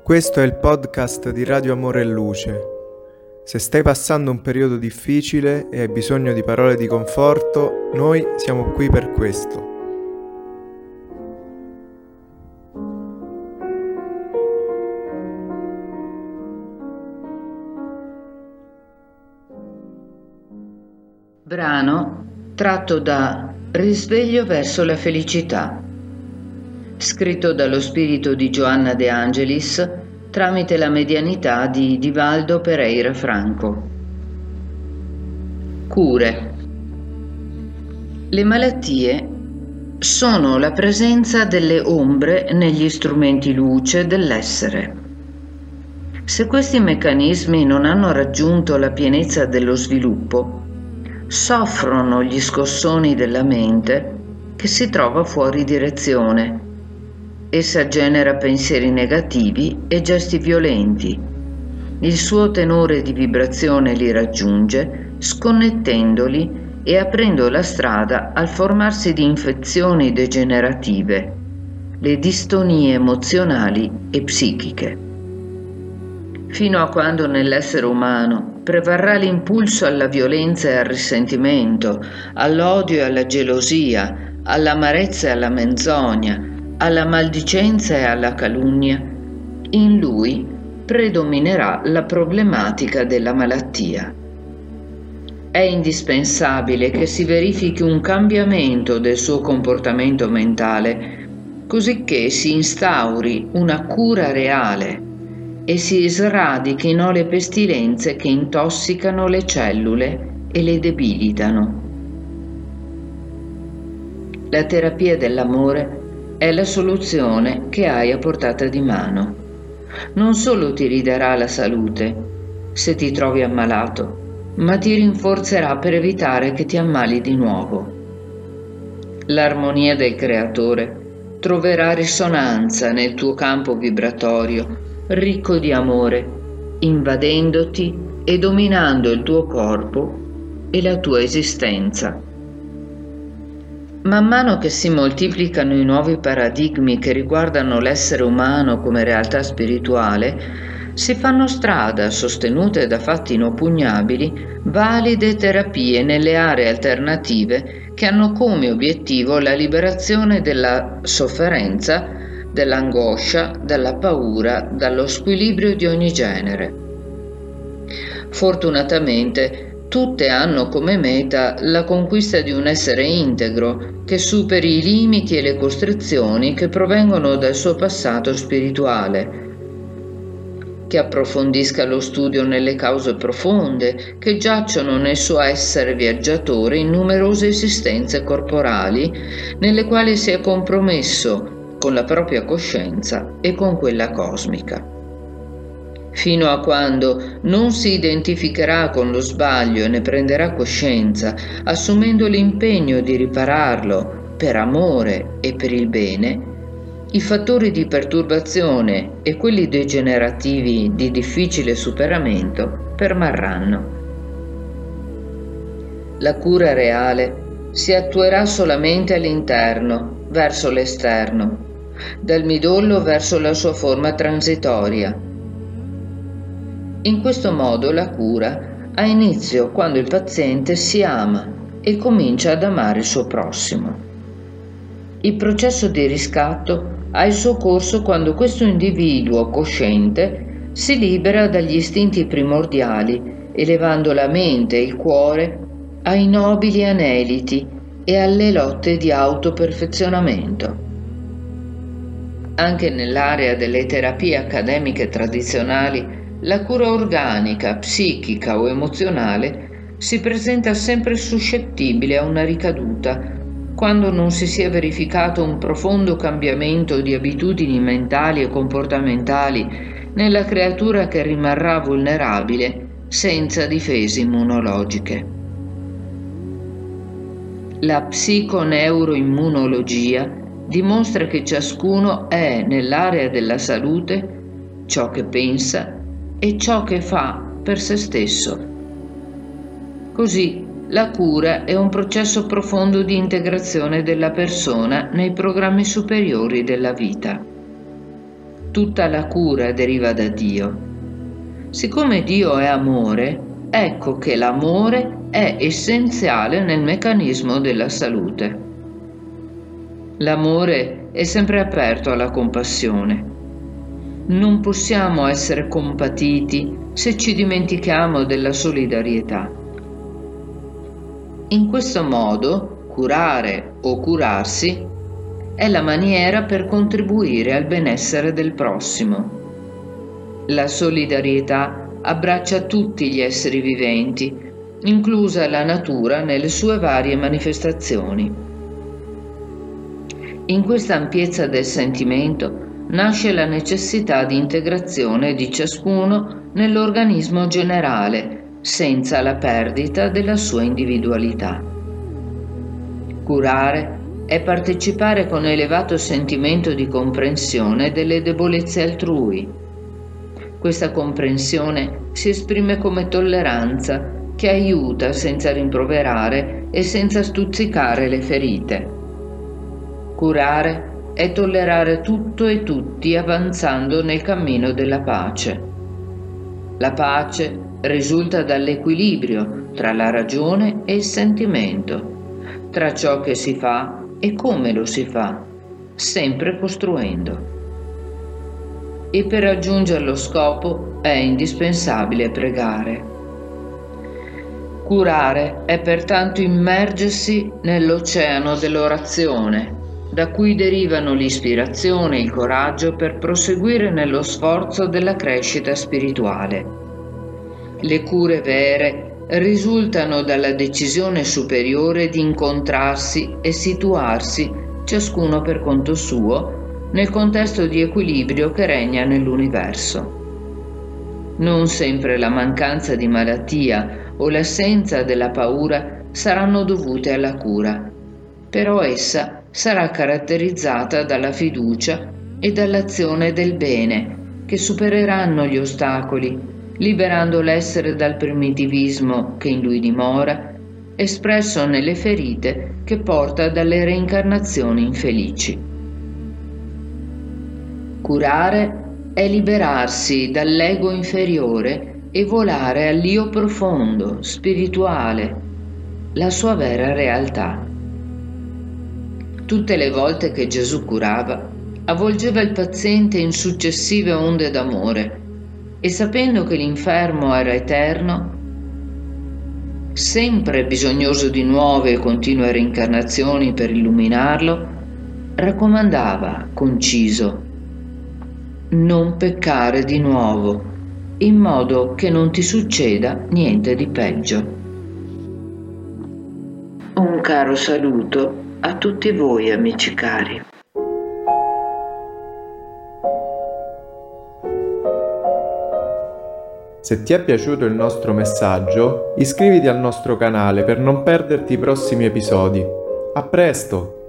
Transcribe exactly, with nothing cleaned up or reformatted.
Questo è il podcast di Radio Amore e Luce. Se stai passando un periodo difficile e hai bisogno di parole di conforto, noi siamo qui per questo. Brano tratto da Risveglio verso la felicità, scritto dallo spirito di Joanna De Angelis tramite la medianità di Divaldo Pereira Franco. Cure. Le malattie sono la presenza delle ombre negli strumenti luce dell'essere. Se questi meccanismi non hanno raggiunto la pienezza dello sviluppo, soffrono gli scossoni della mente che si trova fuori direzione. Essa genera pensieri negativi e gesti violenti. Il suo tenore di vibrazione li raggiunge, sconnettendoli e aprendo la strada al formarsi di infezioni degenerative, le distonie emozionali e psichiche. Fino a quando nell'essere umano prevarrà l'impulso alla violenza e al risentimento, all'odio e alla gelosia, all'amarezza e alla menzogna, alla maldicenza e alla calunnia, in lui predominerà la problematica della malattia. È indispensabile che si verifichi un cambiamento del suo comportamento mentale, cosicché si instauri una cura reale e si sradichino le pestilenze che intossicano le cellule e le debilitano. La terapia dell'amore è la soluzione che hai a portata di mano. Non solo ti ridarà la salute se ti trovi ammalato, ma ti rinforzerà per evitare che ti ammali di nuovo. L'armonia del Creatore troverà risonanza nel tuo campo vibratorio, ricco di amore, invadendoti e dominando il tuo corpo e la tua esistenza. Man mano che si moltiplicano i nuovi paradigmi che riguardano l'essere umano come realtà spirituale, si fanno strada, sostenute da fatti inoppugnabili, valide terapie nelle aree alternative che hanno come obiettivo la liberazione dalla sofferenza, dell'angoscia, dalla paura, dallo squilibrio di ogni genere. Fortunatamente, tutte hanno come meta la conquista di un essere integro che superi i limiti e le costrizioni che provengono dal suo passato spirituale, che approfondisca lo studio nelle cause profonde che giacciono nel suo essere viaggiatore in numerose esistenze corporali nelle quali si è compromesso con la propria coscienza e con quella cosmica. Fino a quando non si identificherà con lo sbaglio e ne prenderà coscienza, assumendo l'impegno di ripararlo per amore e per il bene, i fattori di perturbazione e quelli degenerativi di difficile superamento permarranno. La cura reale si attuerà solamente all'interno, verso l'esterno, dal midollo verso la sua forma transitoria. In questo modo la cura ha inizio quando il paziente si ama e comincia ad amare il suo prossimo. Il processo di riscatto ha il suo corso quando questo individuo cosciente si libera dagli istinti primordiali, elevando la mente e il cuore ai nobili aneliti e alle lotte di autoperfezionamento. Anche nell'area delle terapie accademiche tradizionali, la cura organica, psichica o emozionale si presenta sempre suscettibile a una ricaduta quando non si sia verificato un profondo cambiamento di abitudini mentali e comportamentali nella creatura che rimarrà vulnerabile senza difese immunologiche. La psiconeuroimmunologia dimostra che ciascuno è nell'area della salute ciò che pensa e ciò che fa per se stesso. Così la cura è un processo profondo di integrazione della persona nei programmi superiori della vita. tutta la cura deriva da Dio. Siccome Dio è amore, ecco che l'amore è essenziale nel meccanismo della salute. L'amore è sempre aperto alla compassione. Non possiamo essere compatiti se ci dimentichiamo della solidarietà. In questo modo, curare o curarsi è la maniera per contribuire al benessere del prossimo. La solidarietà abbraccia tutti gli esseri viventi, inclusa la natura nelle sue varie manifestazioni. In questa ampiezza del sentimento nasce la necessità di integrazione di ciascuno nell'organismo generale, senza la perdita della sua individualità. Curare è partecipare con elevato sentimento di comprensione delle debolezze altrui. Questa comprensione si esprime come tolleranza che aiuta senza rimproverare e senza stuzzicare le ferite. Curare è tollerare tutto e tutti avanzando nel cammino della pace. La pace risulta dall'equilibrio tra la ragione e il sentimento, tra ciò che si fa e come lo si fa, sempre costruendo. E per raggiungere lo scopo è indispensabile pregare. Curare è pertanto immergersi nell'oceano dell'orazione, da cui derivano l'ispirazione e il coraggio per proseguire nello sforzo della crescita spirituale. Le cure vere risultano dalla decisione superiore di incontrarsi e situarsi, ciascuno per conto suo, nel contesto di equilibrio che regna nell'universo. Non sempre la mancanza di malattia o l'assenza della paura saranno dovute alla cura, però essa sarà caratterizzata dalla fiducia e dall'azione del bene, che supereranno gli ostacoli, liberando l'essere dal primitivismo che in lui dimora, espresso nelle ferite che porta dalle reincarnazioni infelici. Curare è liberarsi dall'ego inferiore e volare all'io profondo, spirituale, la sua vera realtà. Tutte le volte che Gesù curava, avvolgeva il paziente in successive onde d'amore e sapendo che l'infermo era eterno, sempre bisognoso di nuove e continue reincarnazioni per illuminarlo, raccomandava, conciso, non peccare di nuovo, in modo che non ti succeda niente di peggio. Un caro saluto a tutti voi, amici cari. Se ti è piaciuto il nostro messaggio, iscriviti al nostro canale per non perderti i prossimi episodi. A presto!